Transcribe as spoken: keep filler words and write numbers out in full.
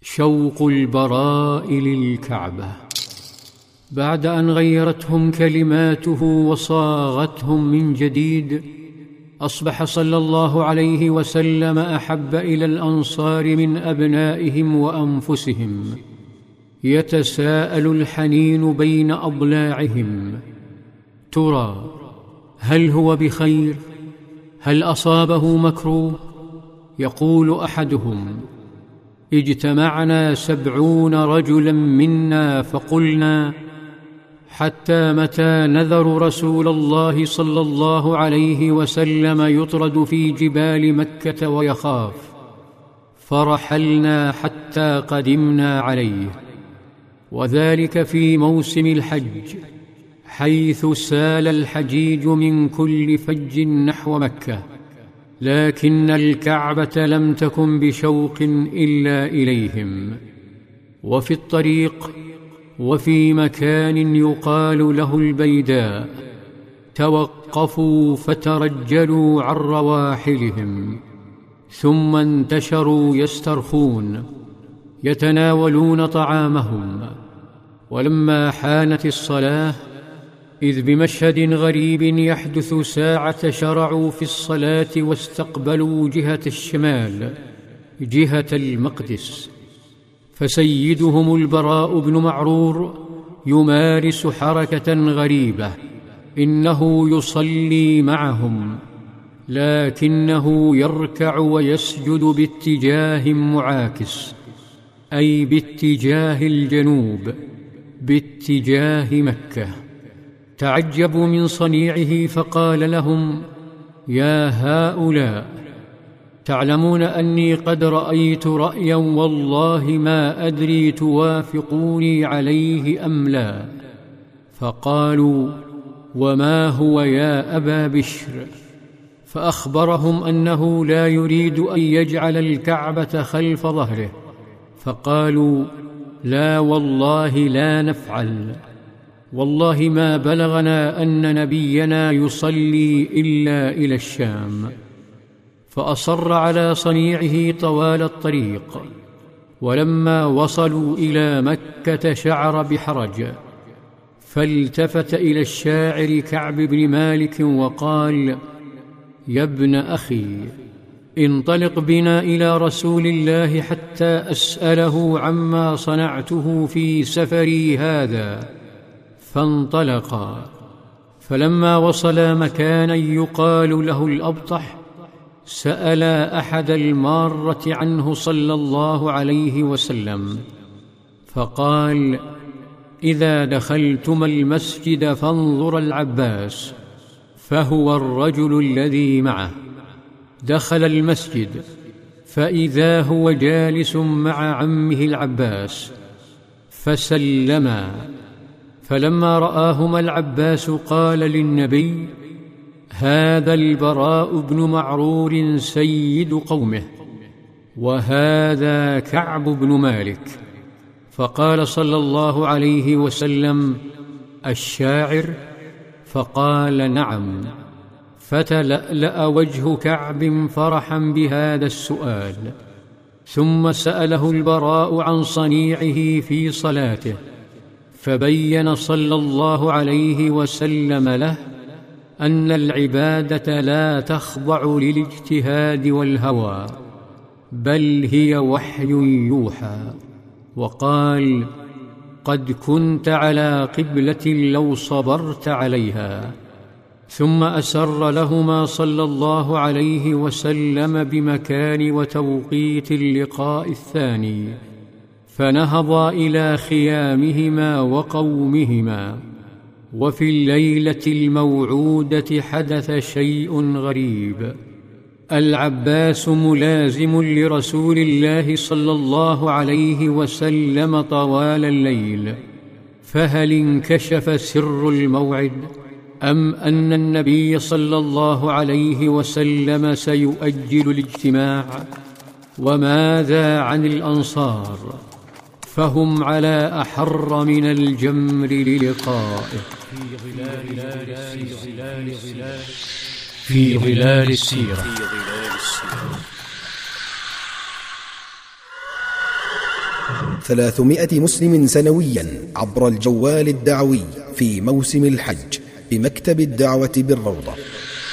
شوق البراء للكعبة. بعد أن غيرتهم كلماته وصاغتهم من جديد، أصبح صلى الله عليه وسلم أحب إلى الأنصار من أبنائهم وأنفسهم. يتساءل الحنين بين أضلاعهم: ترى هل هو بخير؟ هل أصابه مكروه؟ يقول أحدهم: اجتمعنا سبعون رجلا منا فقلنا: حتى متى نذر رسول الله صلى الله عليه وسلم يطرد في جبال مكة ويخاف؟ فرحلنا حتى قدمنا عليه، وذلك في موسم الحج، حيث سال الحجيج من كل فج نحو مكة، لكن الكعبة لم تكن بشوق إلا إليهم. وفي الطريق وفي مكان يقال له البيداء توقفوا فترجلوا عن رواحلهم، ثم انتشروا يسترخون يتناولون طعامهم. ولما حانت الصلاة، إذ بمشهد غريب يحدث ساعة شرعوا في الصلاة واستقبلوا جهة الشمال، جهة المقدس، فسيدهم البراء بن معرور يمارس حركة غريبة، إنه يصلي معهم، لكنه يركع ويسجد باتجاه معاكس، أي باتجاه الجنوب، باتجاه مكة. تعجبوا من صنيعه فقال لهم: يا هؤلاء، تعلمون أني قد رأيت رأيا والله ما أدري توافقوني عليه أم لا. فقالوا: وما هو يا أبا بشر؟ فأخبرهم أنه لا يريد أن يجعل الكعبة خلف ظهره. فقالوا: لا والله لا نفعل، والله ما بلغنا أن نبينا يصلي إلا إلى الشام. فأصر على صنيعه طوال الطريق، ولما وصلوا إلى مكة شعر بحرج، فالتفت إلى الشاعر كعب بن مالك وقال: يا ابن أخي، انطلق بنا إلى رسول الله حتى أسأله عما صنعته في سفري هذا. فانطلقا، فلما وصلا مكانا يقال له الأبطح، سألا أحد المارة عنه صلى الله عليه وسلم، فقال: إذا دخلتما المسجد فانظر العباس، فهو الرجل الذي معه. دخل المسجد فإذا هو جالس مع عمه العباس، فسلما. فلما رآهما العباس قال للنبي: هذا البراء بن معرور سيد قومه، وهذا كعب بن مالك. فقال صلى الله عليه وسلم: الشاعر؟ فقال: نعم. فتلألأ وجه كعب فرحا بهذا السؤال. ثم سأله البراء عن صنيعه في صلاته، فبين صلى الله عليه وسلم له أن العبادة لا تخضع للاجتهاد والهوى، بل هي وحي يوحى. وقال: قد كنت على قبلة لو صبرت عليها. ثم أسر لهما صلى الله عليه وسلم بمكان وتوقيت اللقاء الثاني، فنهضا إلى خيامهما وقومهما. وفي الليلة الموعودة حدث شيء غريب. العباس ملازم لرسول الله صلى الله عليه وسلم طوال الليل، فهل انكشف سر الموعد، أم أن النبي صلى الله عليه وسلم سيؤجل الاجتماع؟ وماذا عن الأنصار؟ فهم على أحر من الجمر للقائه. في ظلال السيرة. ثلاثمائة مسلم سنويا عبر الجوال الدعوي في موسم الحج بمكتب الدعوة بالروضة.